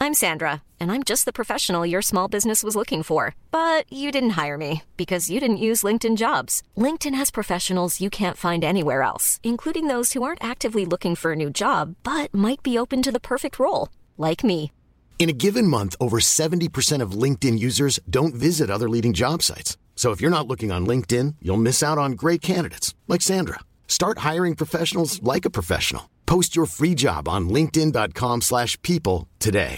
I'm Sandra, and I'm just the professional your small business was looking for. But you didn't hire me because you didn't use LinkedIn Jobs. LinkedIn has professionals you can't find anywhere else, including those who aren't actively looking for a new job, but might be open to the perfect role, like me. In a given month, over 70% of LinkedIn users don't visit other leading job sites. So if you're not looking on LinkedIn, you'll miss out on great candidates like Sandra. Start hiring professionals like a professional. Post your free job on linkedin.com/people today.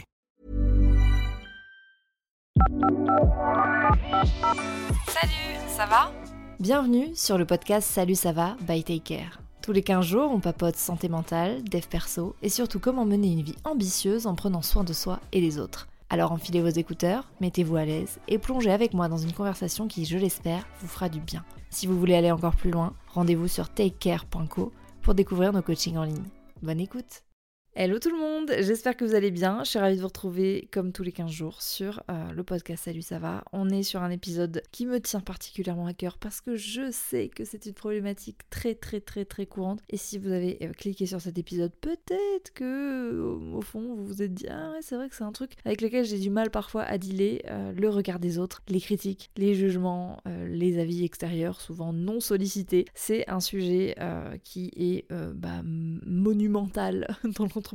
Salut, ça va ? Bienvenue sur le podcast Salut ça va by Take Care. Tous les 15 jours, on papote santé mentale, dev perso et surtout comment mener une vie ambitieuse en prenant soin de soi et des autres. Alors enfilez vos écouteurs, mettez-vous à l'aise et plongez avec moi dans une conversation qui, je l'espère, vous fera du bien. Si vous voulez aller encore plus loin, rendez-vous sur takecare.co pour découvrir nos coachings en ligne. Bonne écoute! Hello tout le monde, j'espère que vous allez bien. Je suis ravie de vous retrouver comme tous les 15 jours sur le podcast Salut ça va. On est sur un épisode qui me tient particulièrement à cœur parce que je sais que c'est une problématique très courante. Et si vous avez cliqué sur cet épisode, peut-être que au fond vous vous êtes dit ah ouais, c'est vrai que c'est un truc avec lequel j'ai du mal parfois à dealer, le regard des autres, les critiques, les jugements, les avis extérieurs souvent non sollicités. C'est un sujet qui est monumental dans l'entrepreneuriat,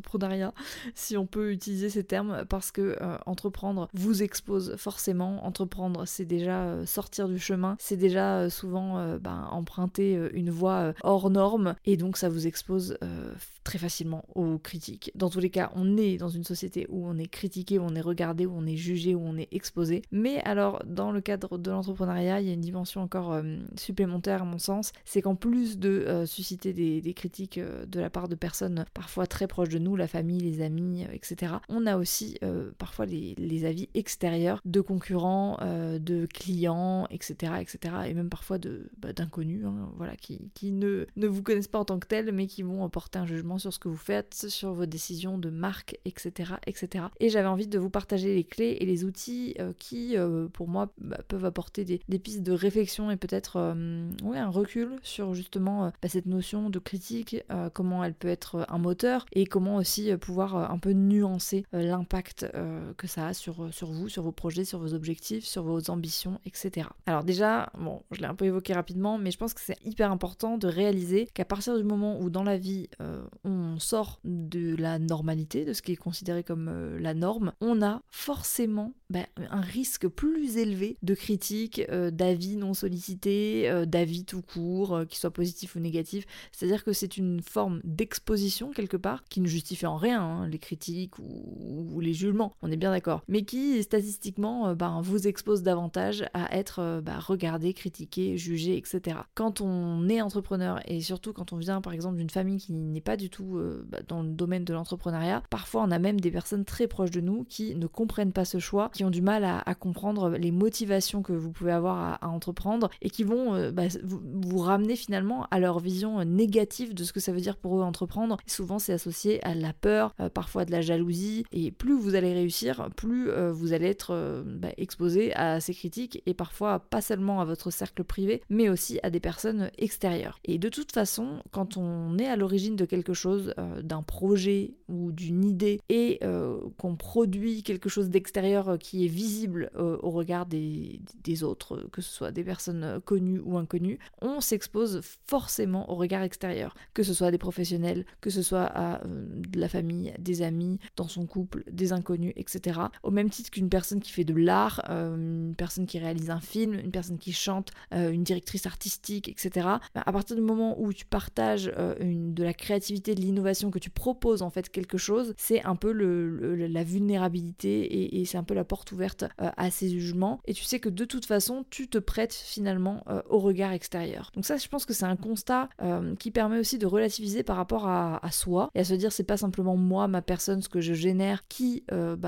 si on peut utiliser ces termes, parce que entreprendre vous expose forcément. Entreprendre, c'est déjà sortir du chemin, c'est déjà souvent emprunter une voie hors norme, et donc ça vous expose très facilement aux critiques. Dans tous les cas, on est dans une société où on est critiqué, où on est regardé, où on est jugé, où on est exposé. Mais alors, dans le cadre de l'entrepreneuriat, il y a une dimension encore supplémentaire à mon sens, c'est qu'en plus de susciter des critiques de la part de personnes parfois très proches de nous, la famille, les amis, etc. On a aussi parfois les avis extérieurs de concurrents, de clients, etc., et même parfois d'inconnus, voilà, qui ne vous connaissent pas en tant que tels, mais qui vont porter un jugement sur ce que vous faites, sur vos décisions de marque, etc., etc. Et j'avais envie de vous partager les clés et les outils qui, pour moi, peuvent apporter des pistes de réflexion et peut-être un recul sur justement cette notion de critique, comment elle peut être un moteur et comment aussi pouvoir un peu nuancer l'impact que ça a sur vous, sur vos projets, sur vos objectifs, sur vos ambitions, etc. Alors déjà, bon, je l'ai un peu évoqué rapidement, mais je pense que c'est hyper important de réaliser qu'à partir du moment où dans la vie on sort de la normalité, de ce qui est considéré comme la norme, on a forcément un risque plus élevé de critiques, d'avis non sollicités, d'avis tout court, qu'ils soient positifs ou négatifs. C'est-à-dire que c'est une forme d'exposition quelque part, qui ne justifie en rien les critiques ou les jugements, on est bien d'accord, mais qui statistiquement vous expose davantage à être regardé, critiqué, jugé, etc. Quand on est entrepreneur, et surtout quand on vient par exemple d'une famille qui n'est pas du tout dans le domaine de l'entrepreneuriat, parfois on a même des personnes très proches de nous qui ne comprennent pas ce choix, qui ont du mal à comprendre les motivations que vous pouvez avoir à entreprendre, et qui vont vous ramener finalement à leur vision négative de ce que ça veut dire pour eux entreprendre. Et souvent c'est associé à la peur, parfois de la jalousie, et plus vous allez réussir, plus vous allez être exposé à ces critiques, et parfois pas seulement à votre cercle privé, mais aussi à des personnes extérieures. Et de toute façon, quand on est à l'origine de quelque chose, d'un projet ou d'une idée, et qu'on produit quelque chose d'extérieur qui est visible au regard des autres, que ce soit des personnes connues ou inconnues, on s'expose forcément au regard extérieur, que ce soit des professionnels, que ce soit à de la famille, des amis, dans son couple, des inconnus, etc. Au même titre qu'une personne qui fait de l'art, une personne qui réalise un film, une personne qui chante, une directrice artistique, etc. À partir du moment où tu partages de la créativité, de l'innovation, que tu proposes en fait quelque chose, c'est un peu la vulnérabilité, et c'est un peu la porte ouverte à ces jugements, et tu sais que de toute façon tu te prêtes finalement au regard extérieur. Donc ça, je pense que c'est un constat qui permet aussi de relativiser par rapport à soi, et à se dire c'est pas simplement moi, ma personne, ce que je génère qui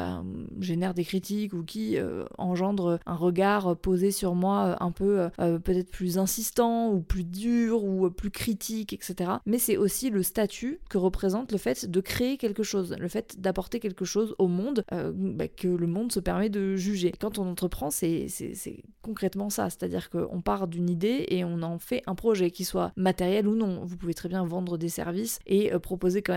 génère des critiques, ou qui engendre un regard posé sur moi un peu peut-être plus insistant ou plus dur ou plus critique, etc. Mais c'est aussi le statut que représente le fait de créer quelque chose, le fait d'apporter quelque chose au monde que le monde se permet de juger. Quand on entreprend, c'est concrètement ça, c'est-à-dire qu'on part d'une idée et on en fait un projet, qui soit matériel ou non. Vous pouvez très bien vendre des services et proposer quand même un projet,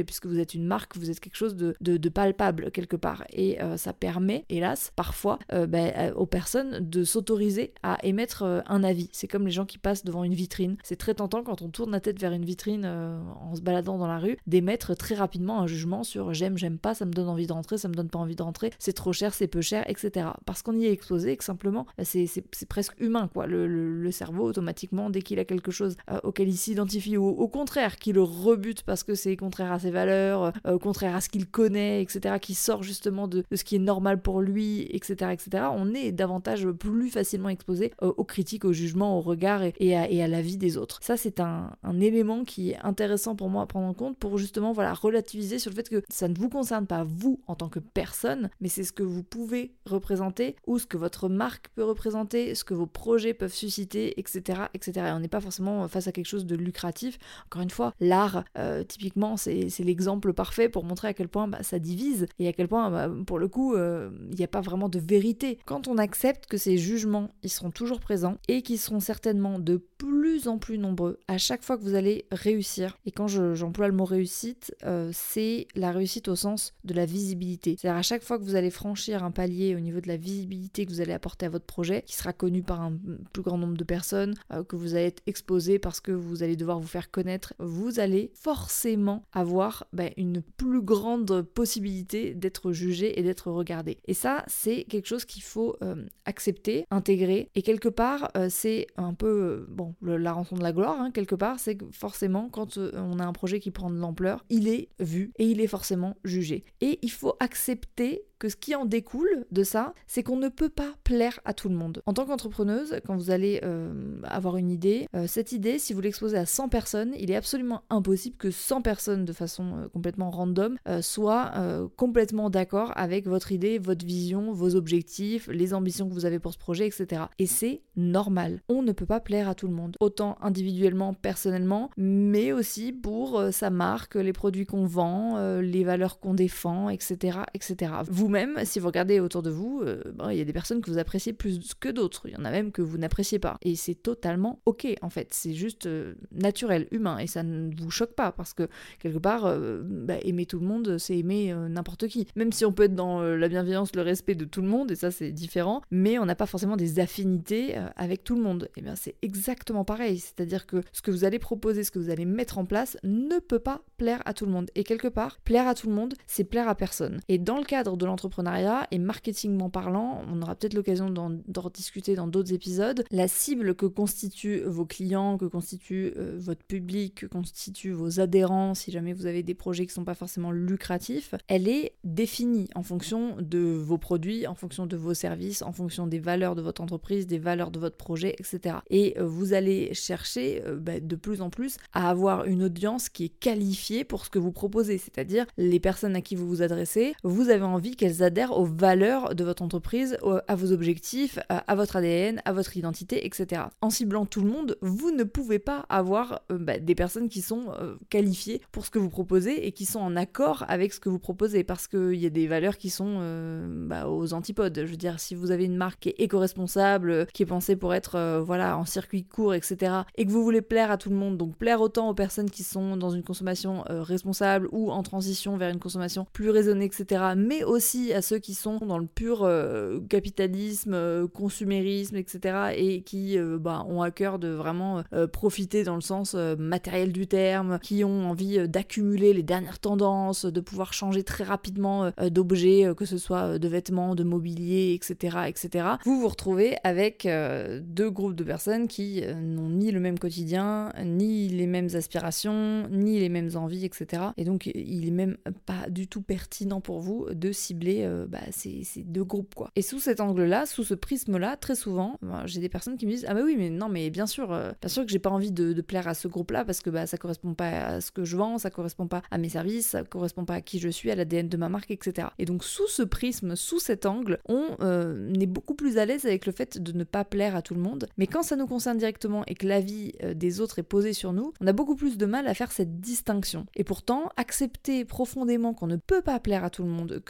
mesuré, puisque vous êtes une marque, vous êtes quelque chose de palpable quelque part. Et ça permet, hélas, parfois, aux personnes de s'autoriser à émettre un avis. C'est comme les gens qui passent devant une vitrine. C'est très tentant quand on tourne la tête vers une vitrine en se baladant dans la rue, d'émettre très rapidement un jugement sur j'aime pas, ça me donne envie de rentrer, ça me donne pas envie de rentrer, c'est trop cher, c'est peu cher, etc. Parce qu'on y est exposé et que simplement, c'est presque humain, quoi. Le cerveau, automatiquement, dès qu'il a quelque chose auquel il s'identifie, ou au contraire, qui le rebute parce que c'est contraire à ses valeurs, contraire à ce qu'il connaît, etc., qui sort justement de ce qui est normal pour lui, etc., etc., on est davantage plus facilement exposé aux critiques, aux jugements, aux regards et à l'avis des autres. Ça, c'est un élément qui est intéressant pour moi à prendre en compte pour justement relativiser sur le fait que ça ne vous concerne pas vous en tant que personne, mais c'est ce que vous pouvez représenter ou ce que votre marque peut représenter, ce que vos projets peuvent susciter, etc., etc. Et on n'est pas forcément face à quelque chose de lucratif. Encore une fois, l'art, typiquement, c'est l'exemple parfait pour montrer à quel point ça divise et à quel point, pour le coup, il n'y a pas vraiment de vérité. Quand on accepte que ces jugements, ils seront toujours présents et qu'ils seront certainement de plus en plus nombreux à chaque fois que vous allez réussir. Et quand j'emploie le mot réussite, c'est la réussite au sens de la visibilité. C'est-à-dire à chaque fois que vous allez franchir un palier au niveau de la visibilité que vous allez apporter à votre projet, qui sera connu par un plus grand nombre de personnes, que vous allez être exposé parce que vous allez devoir vous faire connaître, vous allez forcément avoir une plus grande possibilité d'être jugé et d'être regardé. Et ça, c'est quelque chose qu'il faut accepter, intégrer, et quelque part, c'est un peu, la rançon de la gloire, hein, quelque part, c'est que forcément, quand on a un projet qui prend de l'ampleur, il est vu et il est forcément jugé. Et il faut accepter que ce qui en découle de ça, c'est qu'on ne peut pas plaire à tout le monde. En tant qu'entrepreneuse, quand vous allez avoir une idée, cette idée, si vous l'exposez à 100 personnes, il est absolument impossible que 100 personnes de façon complètement random soient complètement d'accord avec votre idée, votre vision, vos objectifs, les ambitions que vous avez pour ce projet, etc. Et c'est normal. On ne peut pas plaire à tout le monde, autant individuellement, personnellement, mais aussi pour sa marque, les produits qu'on vend, les valeurs qu'on défend, etc., etc. Vous-même, si vous regardez autour de vous, il y a des personnes que vous appréciez plus que d'autres. Il y en a même que vous n'appréciez pas. Et c'est totalement ok, en fait. C'est juste naturel, humain. Et ça ne vous choque pas parce que, quelque part, aimer tout le monde, c'est aimer n'importe qui. Même si on peut être dans la bienveillance, le respect de tout le monde, et ça, c'est différent, mais on n'a pas forcément des affinités avec tout le monde. Et bien, c'est exactement pareil. C'est-à-dire que ce que vous allez proposer, ce que vous allez mettre en place, ne peut pas plaire à tout le monde. Et quelque part, plaire à tout le monde, c'est plaire à personne. Et dans le cadre de l'entrepreneuriat et marketingment parlant, on aura peut-être l'occasion d'en rediscuter dans d'autres épisodes, la cible que constituent vos clients, que constitue votre public, que constituent vos adhérents, si jamais vous avez des projets qui ne sont pas forcément lucratifs, elle est définie en fonction de vos produits, en fonction de vos services, en fonction des valeurs de votre entreprise, des valeurs de votre projet, etc. Et vous allez chercher de plus en plus à avoir une audience qui est qualifiée pour ce que vous proposez, c'est-à-dire les personnes à qui vous vous adressez, vous avez envie qu'elles adhèrent aux valeurs de votre entreprise, à vos objectifs, à votre ADN, à votre identité, etc. En ciblant tout le monde, vous ne pouvez pas avoir des personnes qui sont qualifiées pour ce que vous proposez et qui sont en accord avec ce que vous proposez, parce qu'il y a des valeurs qui sont aux antipodes. Je veux dire, si vous avez une marque qui est éco-responsable, qui est pensée pour être en circuit court, etc., et que vous voulez plaire à tout le monde, donc plaire autant aux personnes qui sont dans une consommation responsable ou en transition vers une consommation plus raisonnée, etc., mais aussi à ceux qui sont dans le pur capitalisme, consumérisme, etc., et qui ont à cœur de vraiment profiter dans le sens matériel du terme, qui ont envie d'accumuler les dernières tendances, de pouvoir changer très rapidement d'objets, que ce soit de vêtements, de mobilier, etc., etc. Vous vous retrouvez avec deux groupes de personnes qui n'ont ni le même quotidien, ni les mêmes aspirations, ni les mêmes envies, etc. Et donc il est même pas du tout pertinent pour vous de cibler ces deux groupes, quoi. Et sous cet angle-là, sous ce prisme-là, très souvent, j'ai des personnes qui me disent « Ah bah oui, mais non, mais bien sûr que j'ai pas envie de plaire à ce groupe-là parce que ça correspond pas à ce que je vends, ça correspond pas à mes services, ça correspond pas à qui je suis, à l'ADN de ma marque, etc. » Et donc sous ce prisme, sous cet angle, on est beaucoup plus à l'aise avec le fait de ne pas plaire à tout le monde. Mais quand ça nous concerne directement et que l'avis des autres est posé sur nous, on a beaucoup plus de mal à faire cette distinction. Et pourtant, accepter profondément qu'on ne peut pas plaire à tout le monde, que votre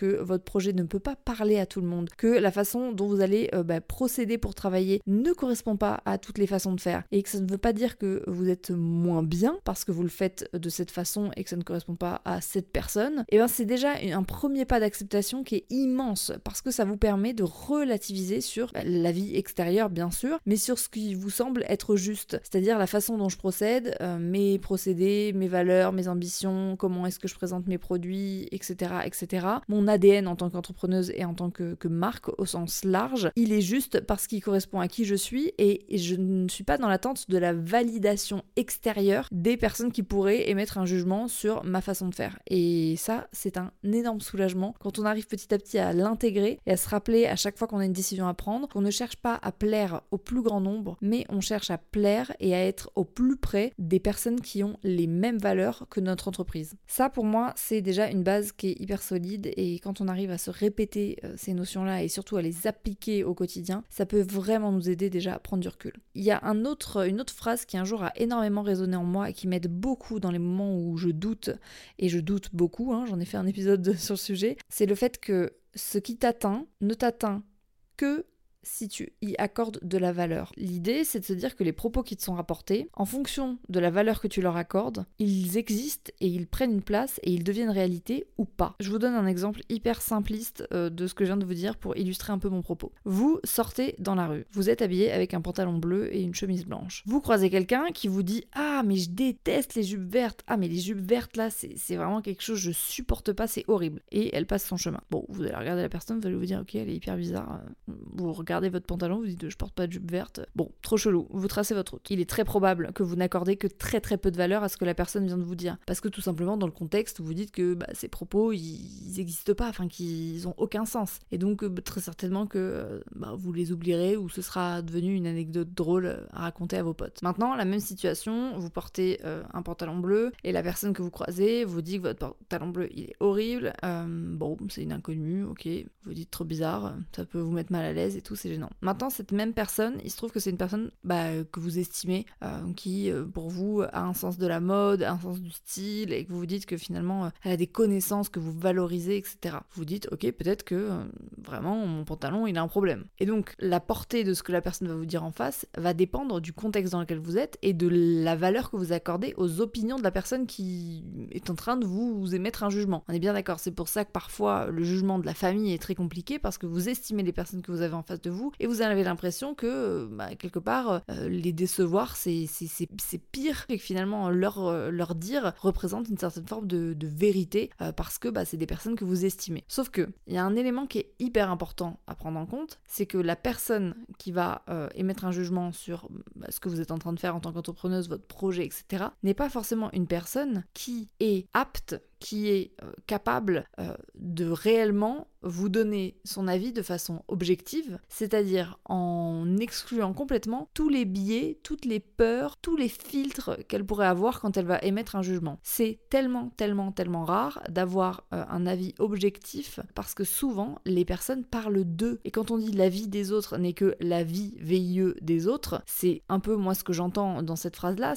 votre projet ne peut pas parler à tout le monde, que la façon dont vous allez procéder pour travailler ne correspond pas à toutes les façons de faire, et que ça ne veut pas dire que vous êtes moins bien parce que vous le faites de cette façon et que ça ne correspond pas à cette personne, et c'est déjà un premier pas d'acceptation qui est immense, parce que ça vous permet de relativiser sur la vie extérieure bien sûr, mais sur ce qui vous semble être juste, c'est-à-dire la façon dont je procède, mes procédés, mes valeurs, mes ambitions, comment est-ce que je présente mes produits, etc. Mon ADN en tant qu'entrepreneuse et en tant que marque au sens large, il est juste parce qu'il correspond à qui je suis, et je ne suis pas dans l'attente de la validation extérieure des personnes qui pourraient émettre un jugement sur ma façon de faire. Et ça, c'est un énorme soulagement quand on arrive petit à petit à l'intégrer et à se rappeler à chaque fois qu'on a une décision à prendre qu'on ne cherche pas à plaire au plus grand nombre, mais on cherche à plaire et à être au plus près des personnes qui ont les mêmes valeurs que notre entreprise. Ça, pour moi, c'est déjà une base qui est hyper solide, et quand on arrive à se répéter ces notions-là et surtout à les appliquer au quotidien, ça peut vraiment nous aider déjà à prendre du recul. Il y a une autre phrase qui un jour a énormément résonné en moi et qui m'aide beaucoup dans les moments où je doute, et je doute beaucoup, j'en ai fait un épisode sur le sujet, c'est le fait que ce qui t'atteint ne t'atteint que si tu y accordes de la valeur. L'idée, c'est de se dire que les propos qui te sont rapportés, en fonction de la valeur que tu leur accordes, ils existent et ils prennent une place et ils deviennent réalité ou pas. Je vous donne un exemple hyper simpliste de ce que je viens de vous dire pour illustrer un peu mon propos. Vous sortez dans la rue, vous êtes habillé avec un pantalon bleu et une chemise blanche. Vous croisez quelqu'un qui vous dit « Ah, mais je déteste les jupes vertes. Ah, mais les jupes vertes là, c'est vraiment quelque chose, je supporte pas, c'est horrible. » Et elle passe son chemin. Bon, vous allez regarder la personne, vous allez vous dire « Ok, elle est hyper bizarre. » Vous regardez votre pantalon, vous dites je porte pas de jupe verte, bon, trop chelou, vous tracez votre route. Il est très probable que vous n'accordez que très très peu de valeur à ce que la personne vient de vous dire, parce que tout simplement dans le contexte vous dites que ces propos ils existent pas, qu'ils ont aucun sens, et donc très certainement que vous les oublierez, ou ce sera devenu une anecdote drôle à raconter à vos potes. Maintenant, la même situation, vous portez un pantalon bleu et la personne que vous croisez vous dit que votre pantalon bleu il est horrible, bon, c'est une inconnue, ok, vous dites trop bizarre, ça peut vous mettre mal à l'aise et tout, c'est gênant. Maintenant, cette même personne, il se trouve que c'est une personne que vous estimez, qui pour vous a un sens de la mode, un sens du style, et que vous vous dites que finalement elle a des connaissances que vous valorisez, etc. Vous vous dites ok, peut-être que vraiment mon pantalon il a un problème. Et donc la portée de ce que la personne va vous dire en face va dépendre du contexte dans lequel vous êtes et de la valeur que vous accordez aux opinions de la personne qui est en train de vous émettre un jugement. On est bien d'accord, c'est pour ça que parfois le jugement de la famille est très compliqué, parce que vous estimez les personnes que vous avez en face de vous et vous avez l'impression que quelque part les décevoir c'est pire, et que finalement leur dire représente une certaine forme de vérité, parce que c'est des personnes que vous estimez. Sauf que il y a un élément qui est hyper important à prendre en compte, c'est que la personne qui va émettre un jugement sur ce que vous êtes en train de faire en tant qu'entrepreneuse, votre projet, etc., n'est pas forcément une personne qui est apte, qui est capable de réellement vous donner son avis de façon objective, c'est-à-dire en excluant complètement tous les biais, toutes les peurs, tous les filtres qu'elle pourrait avoir quand elle va émettre un jugement. C'est tellement rare d'avoir un avis objectif, parce que souvent les personnes parlent d'eux, et quand on dit l'avis des autres n'est que l'avis VIE des autres, c'est un peu moi ce que j'entends dans cette phrase-là.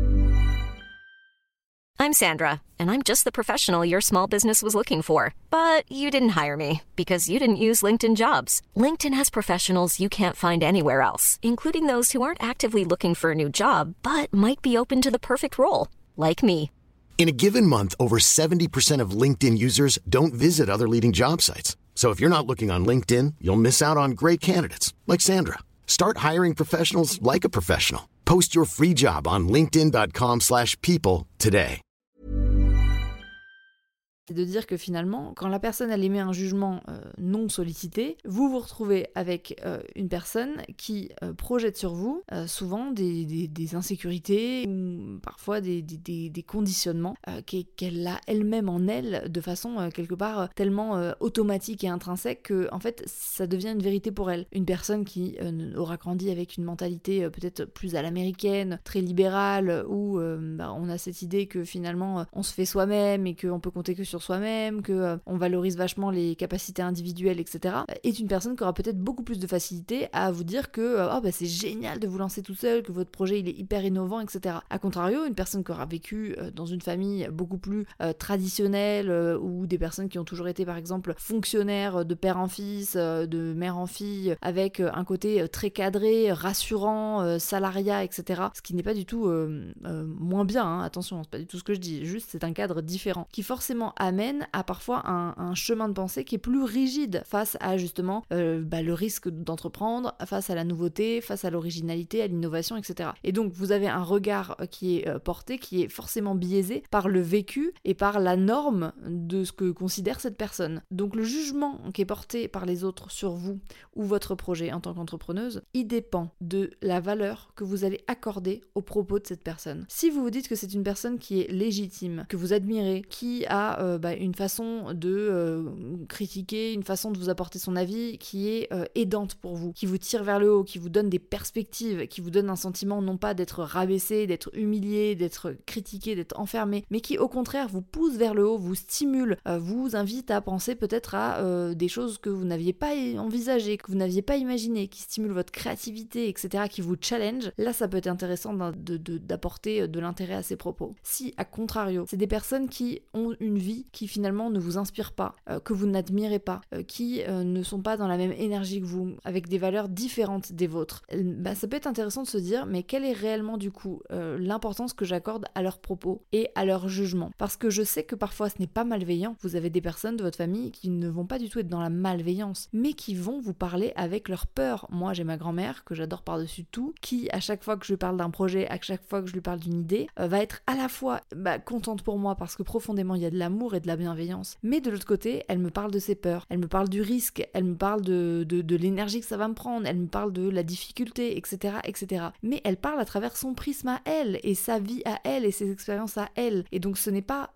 I'm Sandra, and I'm just the professional your small business was looking for. But you didn't hire me because you didn't use LinkedIn Jobs. LinkedIn has professionals you can't find anywhere else, including those who aren't actively looking for a new job, but might be open to the perfect role, like me. In a given month, over 70% of LinkedIn users don't visit other leading job sites. So if you're not looking on LinkedIn, you'll miss out on great candidates, like Sandra. Start hiring professionals like a professional. Post your free job on linkedin.com/people today. C'est de dire que finalement, quand la personne elle émet un jugement non sollicité, vous vous retrouvez avec une personne qui projette sur vous souvent des insécurités, ou parfois des conditionnements qu'elle a elle-même en elle, de façon quelque part tellement automatique et intrinsèque que en fait ça devient une vérité pour elle. Une personne qui aura grandi avec une mentalité peut-être plus à l'américaine, très libérale, où on a cette idée que finalement on se fait soi-même et qu'on peut compter que sur sur soi-même, qu'on valorise vachement les capacités individuelles, etc., est une personne qui aura peut-être beaucoup plus de facilité à vous dire que c'est génial de vous lancer tout seul, que votre projet il est hyper innovant, etc. A contrario, une personne qui aura vécu dans une famille beaucoup plus traditionnelle ou des personnes qui ont toujours été par exemple fonctionnaires de père en fils, de mère en fille, avec un côté très cadré, rassurant, salariat, etc. Ce qui n'est pas du tout moins bien, hein, attention, c'est pas du tout ce que je dis, juste c'est un cadre différent qui forcément amène à parfois un chemin de pensée qui est plus rigide face à justement le risque d'entreprendre, face à la nouveauté, face à l'originalité, à l'innovation, etc. Et donc vous avez un regard qui est porté, qui est forcément biaisé par le vécu et par la norme de ce que considère cette personne. Donc le jugement qui est porté par les autres sur vous ou votre projet en tant qu'entrepreneuse, il dépend de la valeur que vous allez accorder aux propos de cette personne. Si vous vous dites que c'est une personne qui est légitime, que vous admirez, qui a une façon de critiquer, une façon de vous apporter son avis qui est aidante pour vous, qui vous tire vers le haut, qui vous donne des perspectives, qui vous donne un sentiment non pas d'être rabaissé, d'être humilié, d'être critiqué, d'être enfermé, mais qui au contraire vous pousse vers le haut, vous stimule, vous invite à penser peut-être à des choses que vous n'aviez pas envisagées, que vous n'aviez pas imaginées, qui stimulent votre créativité, etc., qui vous challenge, là ça peut être intéressant d'apporter de l'intérêt à ces propos. Si, à contrario, c'est des personnes qui ont une vie qui finalement ne vous inspire pas, que vous n'admirez pas, qui ne sont pas dans la même énergie que vous, avec des valeurs différentes des vôtres, ça peut être intéressant de se dire, mais quelle est réellement du coup l'importance que j'accorde à leurs propos et à leur jugement? Parce que je sais que parfois ce n'est pas malveillant, vous avez des personnes de votre famille qui ne vont pas du tout être dans la malveillance, mais qui vont vous parler avec leur peur. Moi j'ai ma grand-mère, que j'adore par-dessus tout, qui à chaque fois que je lui parle d'un projet, à chaque fois que je lui parle d'une idée, va être à la fois contente pour moi parce que profondément il y a de l'amour et de la bienveillance, mais de l'autre côté elle me parle de ses peurs, elle me parle du risque, elle me parle de l'énergie que ça va me prendre, elle me parle de la difficulté, etc., etc. Mais elle parle à travers son prisme à elle, et sa vie à elle, et ses expériences à elle. Et donc ce n'est pas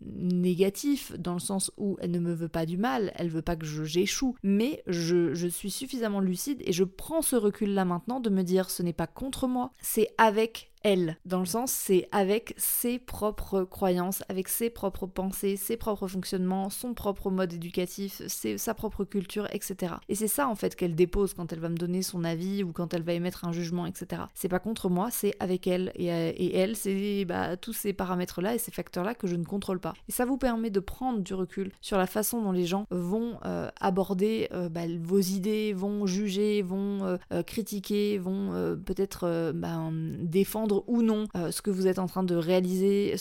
négatif, dans le sens où elle ne me veut pas du mal, elle veut pas que j'échoue, mais je suis suffisamment lucide, et je prends ce recul-là maintenant de me dire, ce n'est pas contre moi, c'est avec elle, dans le sens c'est avec ses propres croyances, avec ses propres pensées, ses propres fonctionnements, son propre mode éducatif, sa propre culture, etc. Et c'est ça en fait qu'elle dépose quand elle va me donner son avis ou quand elle va émettre un jugement, etc. C'est pas contre moi, c'est avec elle, et elle c'est tous ces paramètres-là et ces facteurs-là que je ne contrôle pas. Et ça vous permet de prendre du recul sur la façon dont les gens vont aborder vos idées, vont juger, vont critiquer, vont peut-être défendre ou non ce que vous êtes en train de réaliser,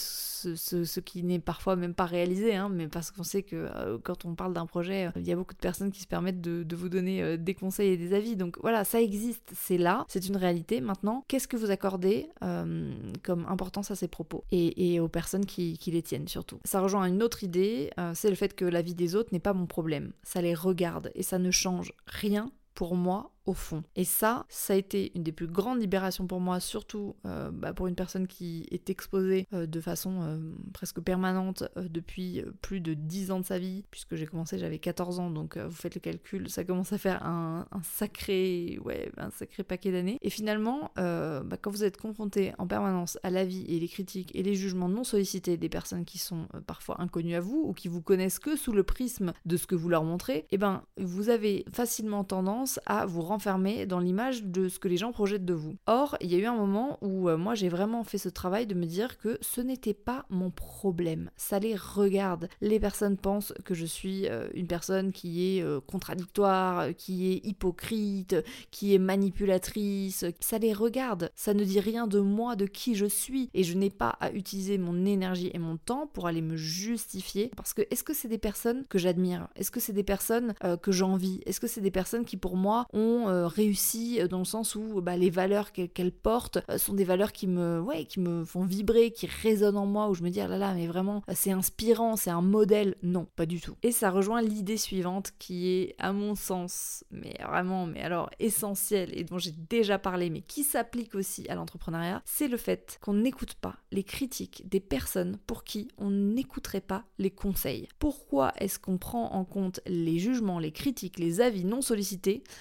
ce qui n'est parfois même pas réalisé, mais parce qu'on sait que quand on parle d'un projet, il y a beaucoup de personnes qui se permettent de vous donner des conseils et des avis. Donc voilà, ça existe, c'est là, c'est une réalité. Maintenant, qu'est-ce que vous accordez comme importance à ces propos et aux personnes qui les tiennent surtout? Ça rejoint une autre idée, c'est le fait que la vie des autres n'est pas mon problème. Ça les regarde et ça ne change rien pour moi au fond. Et ça a été une des plus grandes libérations pour moi, surtout pour une personne qui est exposée de façon presque permanente depuis plus de 10 ans de sa vie, puisque j'ai commencé, j'avais 14 ans, donc vous faites le calcul, ça commence à faire un sacré paquet d'années. Et finalement, quand vous êtes confronté en permanence à la vie et les critiques et les jugements non sollicités des personnes qui sont parfois inconnues à vous ou qui vous connaissent que sous le prisme de ce que vous leur montrez, vous avez facilement tendance à vous renfermer dans l'image de ce que les gens projettent de vous. Or, il y a eu un moment où moi j'ai vraiment fait ce travail de me dire que ce n'était pas mon problème. Ça les regarde. Les personnes pensent que je suis une personne qui est contradictoire, qui est hypocrite, qui est manipulatrice. Ça les regarde. Ça ne dit rien de moi, de qui je suis. Et je n'ai pas à utiliser mon énergie et mon temps pour aller me justifier. Parce que est-ce que c'est des personnes que j'admire? Est-ce que c'est des personnes que j'envie? Est-ce que c'est des personnes qui pour moi ont réussi dans le sens où les valeurs qu'elles portent sont des valeurs qui me font vibrer, qui résonnent en moi, où je me dis ah là là mais vraiment c'est inspirant, c'est un modèle. Non, pas du tout. Et ça rejoint l'idée suivante qui est à mon sens mais alors essentielle et dont j'ai déjà parlé mais qui s'applique aussi à l'entrepreneuriat, c'est le fait qu'on n'écoute pas les critiques des personnes pour qui on n'écouterait pas les conseils. Pourquoi est-ce qu'on prend en compte les jugements, les critiques, les avis non sollicités de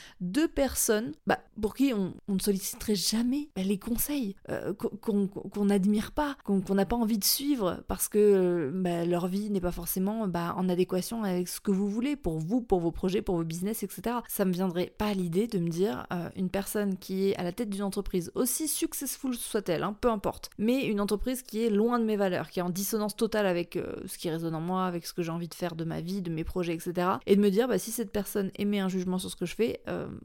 personnes pour qui on ne solliciterait jamais les conseils qu'on n'admire pas, qu'on n'a pas envie de suivre parce que leur vie n'est pas forcément en adéquation avec ce que vous voulez pour vous, pour vos projets, pour vos business, etc. Ça me viendrait pas à l'idée de me dire une personne qui est à la tête d'une entreprise, aussi successful soit-elle, peu importe, mais une entreprise qui est loin de mes valeurs, qui est en dissonance totale avec ce qui résonne en moi, avec ce que j'ai envie de faire de ma vie, de mes projets, etc. Et de me dire si cette personne émet un jugement sur ce que je fais,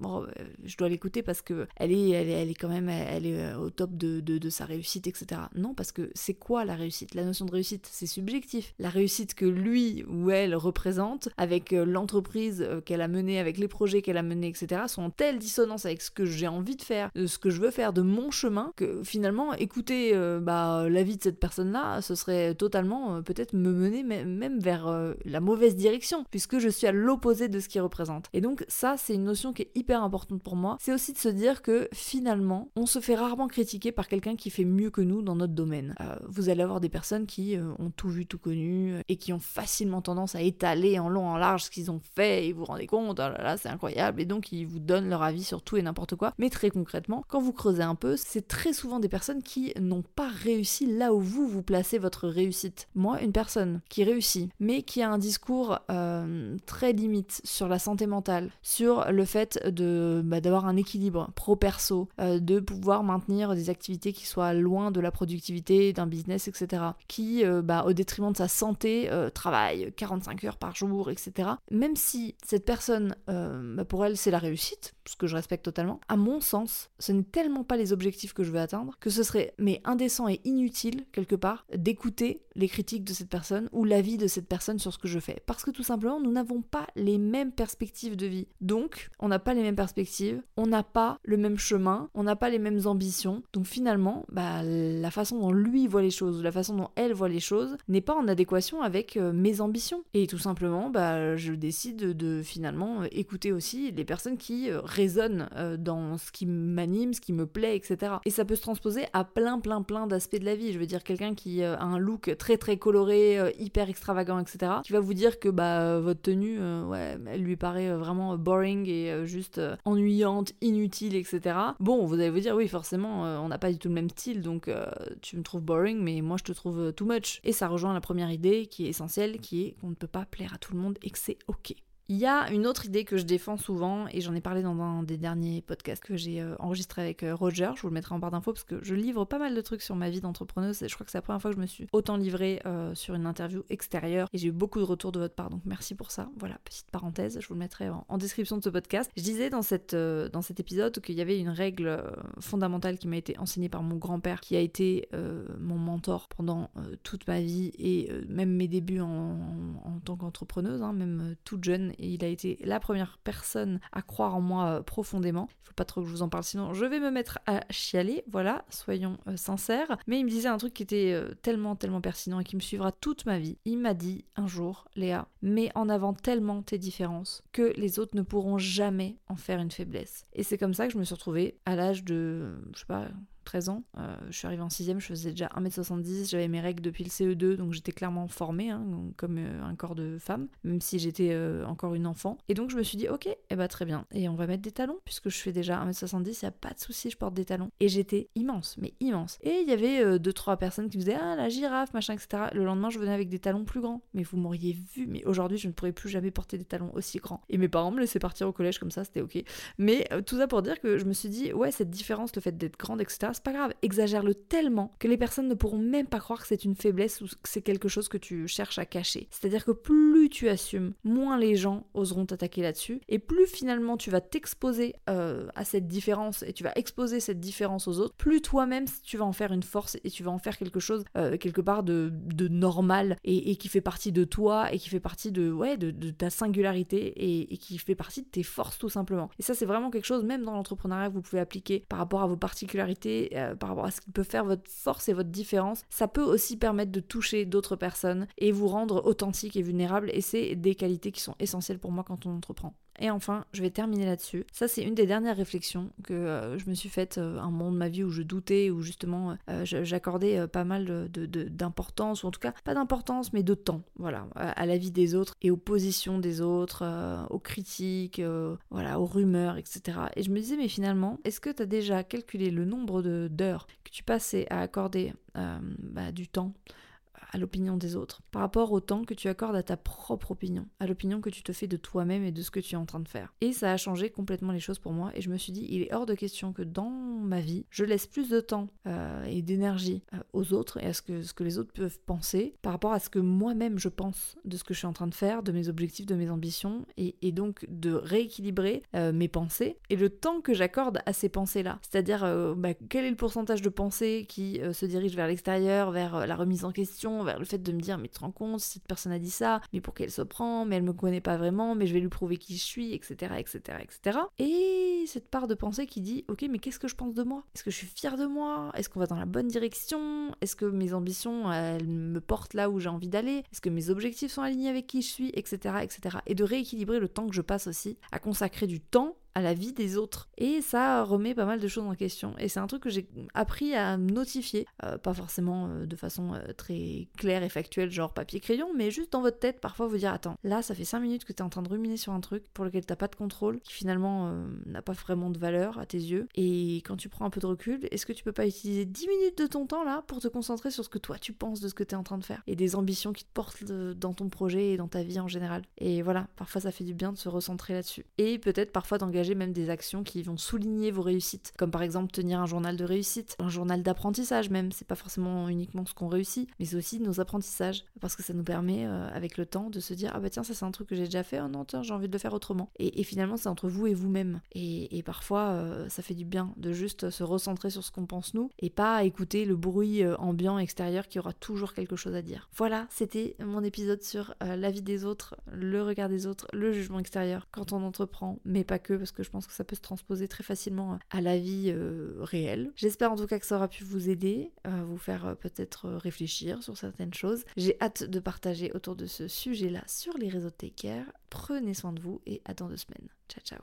je dois l'écouter parce que elle est quand même au top de sa réussite, etc. Non, parce que c'est quoi la réussite ? La notion de réussite, c'est subjectif. La réussite que lui ou elle représente, avec l'entreprise qu'elle a menée, avec les projets qu'elle a menés, etc., sont en telle dissonance avec ce que j'ai envie de faire, de ce que je veux faire, de mon chemin, que finalement, écouter la vie de cette personne-là, ce serait totalement peut-être me mener même vers la mauvaise direction, puisque je suis à l'opposé de ce qu'il représente. Et donc ça, c'est une notion qui est hyper importante pour moi. C'est aussi de se dire que finalement, on se fait rarement critiquer par quelqu'un qui fait mieux que nous dans notre domaine. Vous allez avoir des personnes qui ont tout vu, tout connu, et qui ont facilement tendance à étaler en long, en large ce qu'ils ont fait, et vous vous rendez compte, oh là là, c'est incroyable, et donc ils vous donnent leur avis sur tout et n'importe quoi. Mais très concrètement, quand vous creusez un peu, c'est très souvent des personnes qui n'ont pas réussi là où vous placez votre réussite. Moi, une personne qui réussit, mais qui a un discours très limite sur la santé mentale, sur le fait d'avoir un équilibre pro-perso, de pouvoir maintenir des activités qui soient loin de la productivité d'un business, etc. Qui, au détriment de sa santé, travaille 45 heures par jour, etc. Même si cette personne, pour elle, c'est la réussite, ce que je respecte totalement, à mon sens, ce n'est tellement pas les objectifs que je veux atteindre que ce serait indécent et inutile, quelque part, d'écouter les critiques de cette personne ou l'avis de cette personne sur ce que je fais. Parce que tout simplement, nous n'avons pas les mêmes perspectives de vie. Donc, on n'a pas les mêmes perspectives, on n'a pas le même chemin, on n'a pas les mêmes ambitions. Donc finalement, la façon dont lui voit les choses, la façon dont elle voit les choses, n'est pas en adéquation avec mes ambitions. Et tout simplement, je décide de finalement écouter aussi les personnes qui résonnent dans ce qui m'anime, ce qui me plaît, etc. Et ça peut se transposer à plein d'aspects de la vie. Je veux dire, quelqu'un qui a un look très très coloré, hyper extravagant, etc., qui va vous dire que votre tenue, elle lui paraît vraiment boring et juste ennuyante, inutile, etc. Bon, vous allez vous dire, oui, forcément, on n'a pas du tout le même style, donc tu me trouves boring, mais moi je te trouve too much. Et ça rejoint la première idée qui est essentielle, qui est qu'on ne peut pas plaire à tout le monde et que c'est ok. Il y a une autre idée que je défends souvent, et j'en ai parlé dans un des derniers podcasts que j'ai enregistré avec Roger, je vous le mettrai en barre d'infos parce que je livre pas mal de trucs sur ma vie d'entrepreneuse, et je crois que c'est la première fois que je me suis autant livrée sur une interview extérieure, et j'ai eu beaucoup de retours de votre part, donc merci pour ça. Voilà, petite parenthèse, je vous le mettrai en description de ce podcast. Je disais dans cet épisode qu'il y avait une règle fondamentale qui m'a été enseignée par mon grand-père, qui a été mon mentor pendant toute ma vie, et même mes débuts en tant qu'entrepreneuse, même toute jeune. Et il a été la première personne à croire en moi profondément. Il faut pas trop que je vous en parle, sinon je vais me mettre à chialer, voilà, soyons sincères. Mais il me disait un truc qui était tellement pertinent et qui me suivra toute ma vie. Il m'a dit un jour, Léa, mets en avant tellement tes différences que les autres ne pourront jamais en faire une faiblesse. Et c'est comme ça que je me suis retrouvée à l'âge de, 13 ans, je suis arrivée en 6ème, je faisais déjà 1m70, j'avais mes règles depuis le CE2, donc j'étais clairement formée, comme un corps de femme, même si j'étais encore une enfant. Et donc je me suis dit, ok, très bien, et on va mettre des talons, puisque je fais déjà 1m70, y a pas de souci, je porte des talons. Et j'étais immense, mais immense. Et il y avait 2-3 personnes qui me disaient, ah la girafe, machin, etc. Le lendemain, je venais avec des talons plus grands. Mais vous m'auriez vu, mais aujourd'hui, je ne pourrais plus jamais porter des talons aussi grands. Et mes parents me laissaient partir au collège comme ça, c'était ok. Mais tout ça pour dire que je me suis dit, ouais, cette différence, le fait d'être grande, etc., c'est pas grave, exagère-le tellement que les personnes ne pourront même pas croire que c'est une faiblesse ou que c'est quelque chose que tu cherches à cacher. C'est-à-dire que plus tu assumes, moins les gens oseront t'attaquer là-dessus, et plus finalement tu vas t'exposer à cette différence et tu vas exposer cette différence aux autres, plus toi-même tu vas en faire une force et tu vas en faire quelque chose quelque part de normal et qui fait partie de toi et qui fait partie de ta singularité et qui fait partie de tes forces tout simplement. Et ça c'est vraiment quelque chose, même dans l'entrepreneuriat, que vous pouvez appliquer par rapport à vos particularités, par rapport à ce qui peut faire votre force et votre différence. Ça peut aussi permettre de toucher d'autres personnes et vous rendre authentique et vulnérable, et c'est des qualités qui sont essentielles pour moi quand on entreprend. Et enfin, je vais terminer là-dessus. Ça, c'est une des dernières réflexions que je me suis faite un moment de ma vie où je doutais, où justement j'accordais pas mal d'importance, ou en tout cas pas d'importance, mais de temps, voilà, à la vie des autres et aux positions des autres, aux critiques, aux rumeurs, etc. Et je me disais, mais finalement, est-ce que tu as déjà calculé le nombre d'heures que tu passais à accorder du temps à l'opinion des autres, par rapport au temps que tu accordes à ta propre opinion, à l'opinion que tu te fais de toi-même et de ce que tu es en train de faire. Et ça a changé complètement les choses pour moi, et je me suis dit, il est hors de question que dans ma vie, je laisse plus de temps et d'énergie aux autres et à ce que les autres peuvent penser, par rapport à ce que moi-même je pense de ce que je suis en train de faire, de mes objectifs, de mes ambitions, et donc de rééquilibrer mes pensées et le temps que j'accorde à ces pensées-là. C'est-à-dire, quel est le pourcentage de pensées qui se dirigent vers l'extérieur, vers la remise en question, vers le fait de me dire, mais tu te rends compte, si cette personne a dit ça, mais pour qu'elle se prend, mais elle me connaît pas vraiment, mais je vais lui prouver qui je suis, etc., etc., etc. Et cette part de pensée qui dit, ok, mais qu'est-ce que je pense de moi ? Est-ce que je suis fière de moi ? Est-ce qu'on va dans la bonne direction ? Est-ce que mes ambitions, elles me portent là où j'ai envie d'aller ? Est-ce que mes objectifs sont alignés avec qui je suis, etc., etc. Et de rééquilibrer le temps que je passe aussi à consacrer du temps à la vie des autres. Et ça remet pas mal de choses en question. Et c'est un truc que j'ai appris à notifier, pas forcément de façon très claire et factuelle, genre papier-crayon, mais juste dans votre tête, parfois vous dire, attends, là ça fait 5 minutes que t'es en train de ruminer sur un truc pour lequel t'as pas de contrôle, qui finalement n'a pas vraiment de valeur à tes yeux. Et quand tu prends un peu de recul, est-ce que tu peux pas utiliser 10 minutes de ton temps là pour te concentrer sur ce que toi tu penses de ce que t'es en train de faire et des ambitions qui te portent dans ton projet et dans ta vie en général. Et voilà, parfois ça fait du bien de se recentrer là-dessus. Et peut-être parfois d'engager même des actions qui vont souligner vos réussites, comme par exemple tenir un journal de réussite, un journal d'apprentissage même, c'est pas forcément uniquement ce qu'on réussit, mais c'est aussi nos apprentissages, parce que ça nous permet avec le temps de se dire, ah bah tiens, ça c'est un truc que j'ai déjà fait, oh non tiens, j'ai envie de le faire autrement. Et finalement c'est entre vous et vous-même, et parfois ça fait du bien de juste se recentrer sur ce qu'on pense nous, et pas écouter le bruit ambiant extérieur qui aura toujours quelque chose à dire. Voilà, c'était mon épisode sur la vie des autres, le regard des autres, le jugement extérieur, quand on entreprend, mais pas que, parce que je pense que ça peut se transposer très facilement à la vie réelle. J'espère en tout cas que ça aura pu vous aider, vous faire peut-être réfléchir sur certaines choses. J'ai hâte de partager autour de ce sujet-là sur les réseaux de Take Care. Prenez soin de vous et à dans 2 semaines. Ciao, ciao.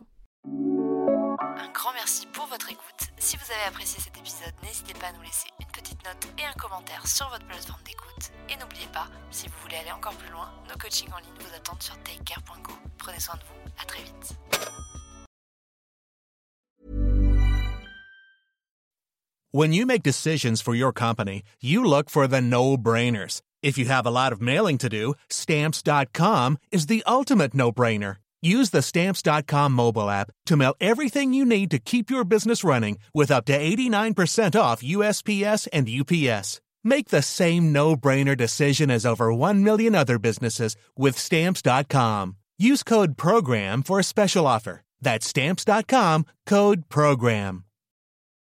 Un grand merci pour votre écoute. Si vous avez apprécié cet épisode, n'hésitez pas à nous laisser une petite note et un commentaire sur votre plateforme d'écoute. Et n'oubliez pas, si vous voulez aller encore plus loin, nos coachings en ligne vous attendent sur takecare.go. Prenez soin de vous, à très vite. When you make decisions for your company, you look for the no-brainers. If you have a lot of mailing to do, Stamps.com is the ultimate no-brainer. Use the Stamps.com mobile app to mail everything you need to keep your business running with up to 89% off USPS and UPS. Make the same no-brainer decision as over 1 million other businesses with Stamps.com. Use code PROGRAM for a special offer. That's Stamps.com, code PROGRAM.